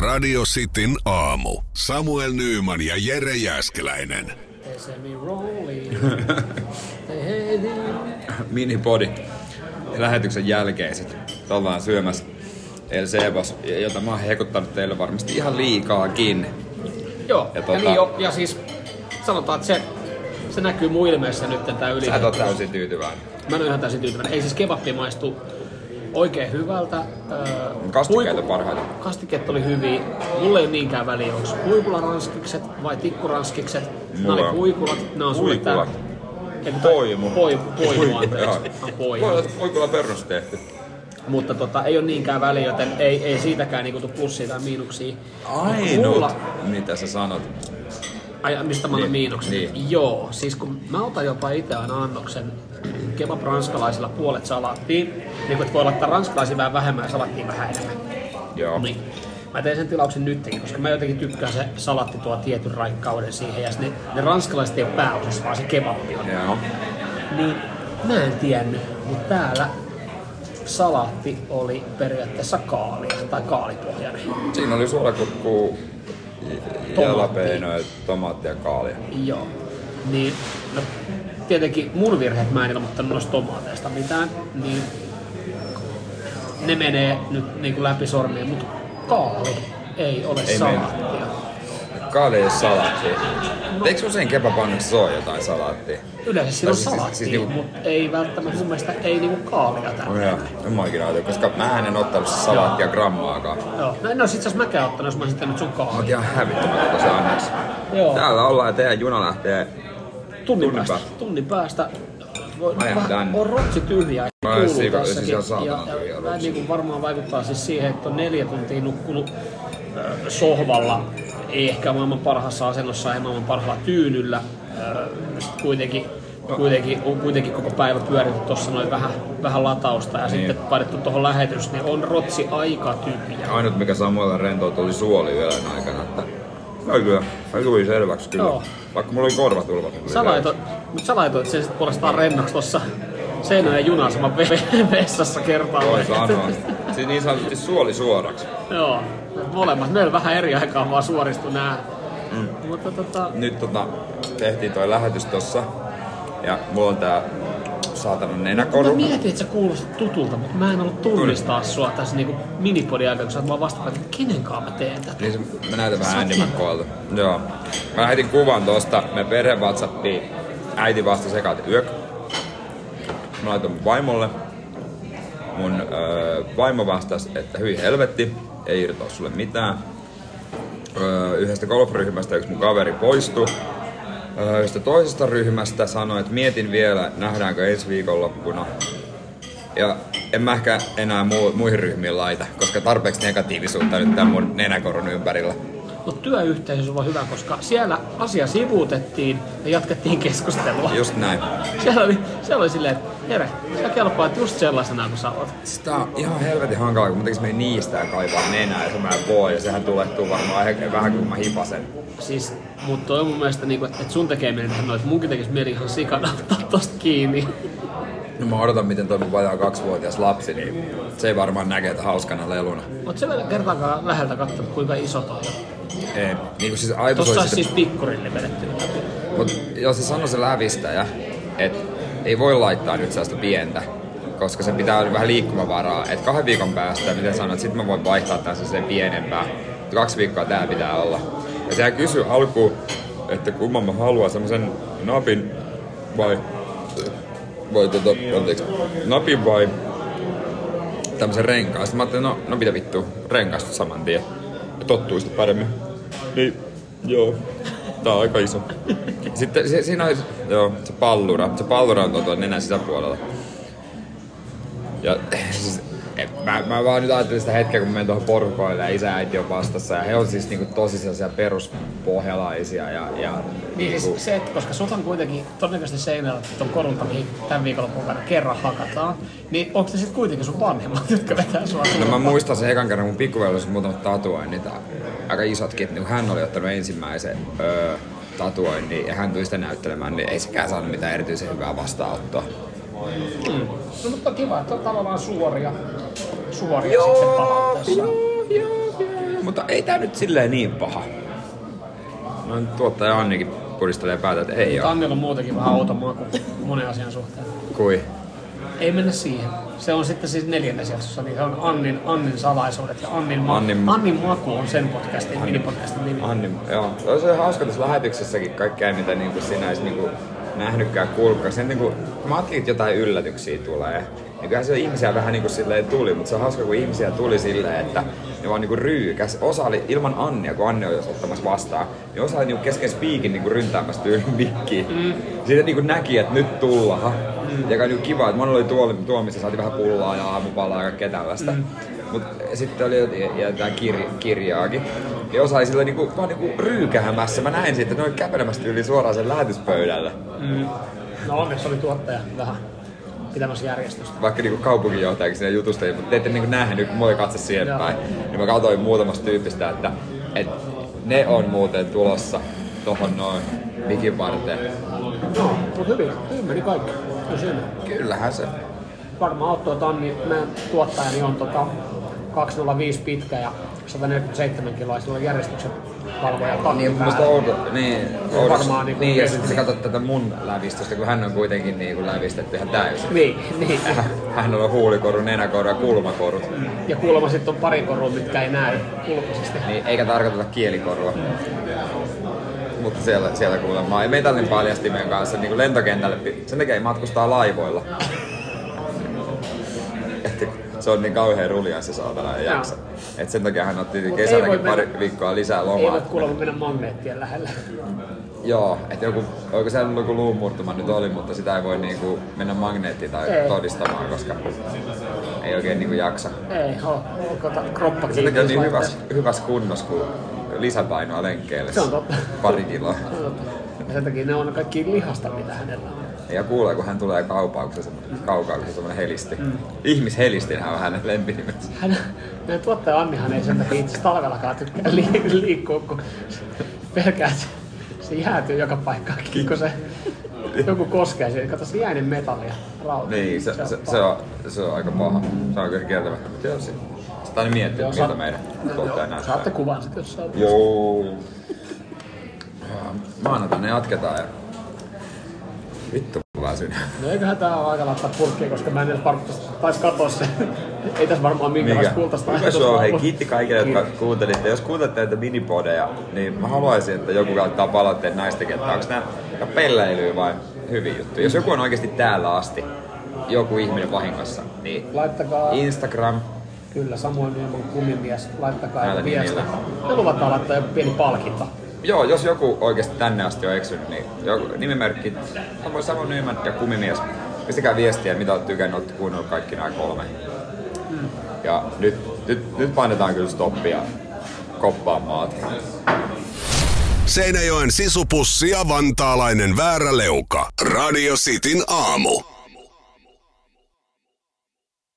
Radio Cityn aamu. Samuel Nyyman ja Jere Jääskeläinen. Minipodi. Lähetyksen jälkeiset. Ollaan syömässä El Cebos, jota mä oon hekuttanut teille varmasti ihan liikaakin. Joo, ja siis sanotaan, että se näkyy mun ilmeessä nyt tää yli. Sä et oo täysin tyytyväinen. Mä en oo ihan täysin tyytyväinen. Ei siis kebabbi maistu oikein hyvältä. Kastikkeet on parhaita. Kastikkeet oli hyviä. Mulla ei ole niinkään väliä, onko puikularanskikset vai tikkuranskikset. Nämä oli puikulat, nämä on sulle tää. Poimu. Poimu, anteeksi. Poikula perus tehty. Mutta ei ole niinkään väliä, joten ei siitäkään niinku plussia tai miinuksia. Ainut, mitä sä sanot. Mistä mä annan miinuksen? Niin. Joo, siis kun mä otan jopa itse aina annoksen kebab ranskalaisilla puolet salaattiin, niin kun voi laittaa ranskalaisia vähän vähemmän ja salaattiin vähän enemmän. Joo. Niin. Mä tein sen tilauksen nytkin, koska mä jotenkin tykkään se salatti tuo tietyn raikkauden siihen ja ne ranskalaiset ei ole pääosassa, vaan se kebabbi on. Joo. Niin mä en tiennyt, mutta täällä salaatti oli periaatteessa kaalia tai kaalipohjainen. Siinä oli suolakurkkuu, jalapeinoja, tomaattia ja kaalia. Joo. Niin, no tietenkin mun virheet mä en ilmoittanut noista tomaateista mitään, niin ne menee nyt niinku läpi sormien, mutta kaali ei ole salaattia. Kaali ei ole salaattia. Eikö usein kebabannuksessa ole jotain salaattia? Yleensä siinä on salaattia, mutta ei välttämättä mun mielestä ei niinku kaalia tällä. Joo, en mä oikein ajatellut, koska mä en ottanut salaattia grammaakaan. Joo, no en oo sit asiassa mäkään ottanut, jos mä olisin tehnyt sun kaalia. Mä oot ihan hävittämättä se anneksi. Joo. Täällä ollaan ja teidän juna lähtee tunnin päästä. On rotsi tyhjää. Mä oon siis ihan saatana tyhjää rotsi. Niin varmaan vaikuttaa siis siihen, että on 4 tuntia nukkunut sohvalla. Ei ehkä maailman parhaassa asennossa, ei maailman parhaalla tyynyllä. Kuitenkin koko päivä pyöritty tuossa noin vähän latausta ja sitten painettu tuohon lähetys, niin on rotsi aika tyhjä. Ainut mikä Samuella rentoutu oli suoli yön aikana, että se tuli selväksi kyllä. Joo. Vaikka mulla oli korvatulvat. Sä laitoit sen sitten puolestaan rennoksi tuossa Seinäjoen junasaman vessassa kertaan. Voi sanoa. Siis niin sanotusti suoli suoraksi. Joo, molemmat. Meillä vähän eri aikaa vaan suoristu nää. Mutta Nyt tehtiin toi lähetys tossa. Ja mulla on tää saatana nenäkoru. Mä mietin, että sä kuulostat tutulta, mutta mä en ollut tunnistaa sua tässä niinku minipodin aikana, kun sä oot vaan vastakkain, että kenenkaan mä teen tätä. Niin mä näytän vähän Andy McCallta. Joo. Mä lähetin kuvan tosta. Me perhe WhatsAppiin. Äiti vastasi eka, että yök. Mä laitoin mun vaimolle. Mun vaimo vastasi, että hyi helvetti. Ei irtoa sulle mitään. Yhdestä golfryhmästä yksi mun kaveri poistui. Yhdestä toisesta ryhmästä sanoi, että mietin vielä, nähdäänkö ensi viikonloppuna. Ja en mä ehkä enää muihin ryhmiin laita, koska tarpeeksi negatiivisuutta nyt tämän mun nenäkorun ympärillä. Mutta työyhteisö on hyvä, koska siellä asia sivuutettiin ja jatkettiin keskustelua. Just näin. Siellä oli silleen, että Jere, sä kelpaat just sellaisena kuin sä oot. Sitä on ihan helvetin hankalaa, kun mun tekis meni niistä ja kaivaa nenää ja se mä voi ja sehän tulehtuu varmaan vähän kun mä hipasen. Siis, mutta toi on mun mielestä niinku, että sun tekee mieli tehdä noita, munkin tekis mieli ihan sikana ottaa tosta kiinni. No mä odotan miten toi mun vajaa 2-vuotias lapsi, niin se ei varmaan näkee, että hauskana leluna. Oot sä vielä kertaakaan läheltä katsonut, kuinka iso toi on? Ei, niinku siis ajatus tossa olisi siis pikkurille vedetty. Mut jos se sanoi se lävistäjä, että ei voi laittaa nyt sellaista pientä, koska se pitää olla vähän liikkumavaraa. Että 2 viikon päästä, miten sanoit, sit mä voin vaihtaa tässä sen pienempää. 2 viikkoa tää pitää olla. Ja sehän kysyi alkuun, että kumman mä haluan, semmosen napin vai napin vai tämmösen renkaan. Sitten mä ajattelin, no mitä vittu, renkaasta saman tien. Ja tottuu sitten paremmin. Niin, joo. Tää on aika iso. Sitten siinä oli se pallura. Se pallura on tuolla nenän sisäpuolella. Ja siis, mä vaan nyt ajattelin sitä hetkeä, kun mä menen tuohon porukoille ja isä ja äiti on vastassa. Ja he on siis niinku tosi sellaisia peruspohjalaisia. Niin siis se, että koska sut on kuitenkin todennäköisesti seinällä ton korulta, mihin tämän viikonlopun kerran hakataan, niin onko ne sit kuitenkin sun vanhemmat, jotka vetää sua? No mä muistan sen ekan kerran, mun pikkuvelilla olisi muutamat tatuoinnit, aika isotkin, niin hän oli ottanut ensimmäisen tatuoinnin ja hän tuli sitä näyttelemään, niin ei sekään saanut mitään erityisen hyvää vastaanottoa. No mutta kiva, että on tavallaan suoria sitten palautteessa. Mutta ei tää nyt silleen niin paha. No tuottaja Annikin puristelee päätä, että ei oo. Annilla on muutenkin vähän outo maku monen asian suhteen. Kui? Ei mennä siihen. Se on sitten siis 4. jaksossa, niin se on Annin salaisuudet ja Annin maku on sen podcastin, minipodcastin nimi. Annin, joo. Se on hauska tässä lähetyksessäkin kaikkea, mitä niinku siinä olisi niinku nähnytkään kuulkaa. Niinku, mä ajattelin, että jotain yllätyksiä tulee. Ja kyllähän se ihmisiä vähän niinku silleen tuli, mutta se on hauska, kun ihmisiä tuli silleen, että ne vaan niinku ryykäs. Osa oli ilman Annia, kun Anni oli ottamassa vastaan, niin osa oli niinku kesken spiikin niinku ryntäämässä tyylin mikkiin. Siitä niinku näki, että nyt tullaan. Ja oli niinku kiva, että monella oli tuomissa, saatiin vähän pullaa ja aamupalaa ja kaikkea tällaista. Mut sitten oli jotain kirjaakin. Ja osa oli sillä niinku, vaan niinku ryykähämässä. Mä näin siitä, että ne oli kävelemässä yli suoraan sen lähetyspöydälle. No onneksi oli tuottaja vähän pitämässä järjestystä. Vaikka niinku kaupunginjohtajakin siinä jutusteli, mutta te ette niinku nähnyt, kun mulla oli katse siihen päin. Niin mä katsoin muutamasta tyypistä, että ne on muuten tulossa tohon noin mikin varten. No, mutta hyvin meni kaikki. Kyllähän se. Varmaan auttoi Tanni, meidän tuottajani on 205 pitkä ja 147 kiloa, sillä on järjestyksen valvoja takki niin, päällä. Niin, ja sitten sä katsot tätä mun lävistöstä, kun hän on kuitenkin niin lävistetty ihan täysin. Niin. Hän on huulikoru, nenäkoru ja kulmakorut. Ja kulma sitten on pari korua, mitkä ei näy ulkoisesti. Niin, eikä tarkoiteta kielikorua. Mutta siellä kuulemma metallin paljastimen kanssa niin lentokentälle, sen takia ei matkustaa laivoilla. Että se on niin kauhean rulian se saatana ei jaksa. Et sen takia hän otti kesänäkin pari viikkoa lisää lomaa. Ei voi kuulemma mennä magneettien lähelle. Joo, että oliko se joku luunmurtuma nyt oli, mutta sitä ei voi niinku mennä magneettiin tai todistamaan, koska ei oikein niinku jaksa. Ei, kroppa kiinni. Sen takia on niin hyvässä kunnossa, kun lisäpainoa lenkkeelle. Se on totta. Pari kiloa. Se on totta. Ja sen takia ne on kaikki lihasta, mitä hänellä on. Ja kuulee, kun hän tulee kaupauksessa semmoinen helisti. Ihmishelistinhän on hänen lempinimensä. Meidän tuottaja Annihan ei sen takia itse talvellakaan tykkää liikkua, kun pelkää, että se jäätyy joka paikkaankin, kun se joku koskee siihen. Kato, se jäinen metalli ja rauta. Niin, se on aika paha. Se on kyllä kieltämättä. Mutta joo, sitä aina miettiä, miltä meidän tuottaja näyttää. Saatte kuvan sitten, jos saa. Joo. Maanantaina jatketaan ja vittu väsyn. No eiköhän tää ole aika laittaa purkkiin, koska mä en edes taisi katsoa se. Ei tässä varmaan minkälaista kultaista ajatusta ollut. Hei, kiitti kaikille, jotka kuuntelitte. Jos kuuntelette näitä minipodeja, niin mä haluaisin, että joku laittaa palautteen näistäkin, että onko nää pelleilyä vai hyviä juttuja. Jos joku on oikeasti täällä asti, joku ihminen vahingossa, niin laittakaa Instagram. Kyllä, Samuel Nyman Kumimies, laittakaa viestiä. Me luvataan laittaa joku pieni palkinto. Joo, jos joku oikeasti tänne asti on eksynyt, niin nimimerkki Samuel Nyman ja Kumimies. Pistäkää viestiä, mitä olet tykännyt, olette kuunnellut kaikki nämä 3. Ja nyt painetaan kyllä stoppia koppaan maata. Seinäjoen sisupussi ja vantaalainen vääräleuka. Radio Cityn aamu.